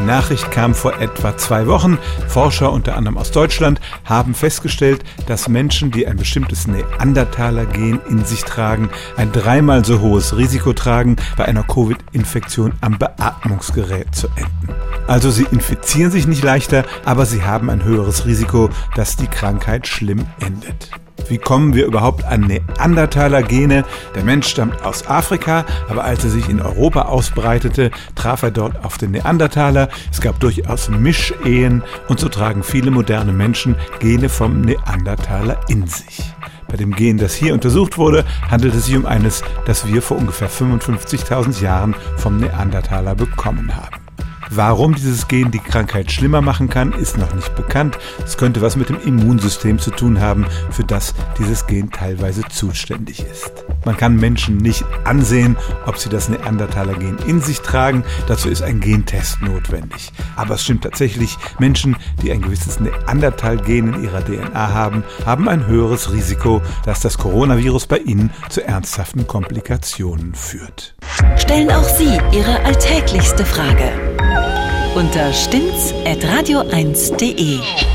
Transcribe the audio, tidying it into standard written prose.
Die Nachricht kam vor etwa 2 Wochen. Forscher, unter anderem aus Deutschland, haben festgestellt, dass Menschen, die ein bestimmtes Neandertaler-Gen in sich tragen, ein 3-mal so hohes Risiko tragen, bei einer Covid-Infektion am Beatmungsgerät zu enden. Also sie infizieren sich nicht leichter, aber sie haben ein höheres Risiko, dass die Krankheit schlimm endet. Wie kommen wir überhaupt an Neandertaler-Gene? Der Mensch stammt aus Afrika, aber als er sich in Europa ausbreitete, traf er dort auf den Neandertaler. Es gab durchaus Mischehen und so tragen viele moderne Menschen Gene vom Neandertaler in sich. Bei dem Gen, das hier untersucht wurde, handelt es sich um eines, das wir vor ungefähr 55.000 Jahren vom Neandertaler bekommen haben. Warum dieses Gen die Krankheit schlimmer machen kann, ist noch nicht bekannt. Es könnte was mit dem Immunsystem zu tun haben, für das dieses Gen teilweise zuständig ist. Man kann Menschen nicht ansehen, ob sie das Neandertaler-Gen in sich tragen. Dazu ist ein Gentest notwendig. Aber es stimmt tatsächlich, Menschen, die ein gewisses Neandertal-Gen in ihrer DNA haben, haben ein höheres Risiko, dass das Coronavirus bei ihnen zu ernsthaften Komplikationen führt. Stellen auch Sie Ihre alltäglichste Frage unter stimmt's@radio1.de.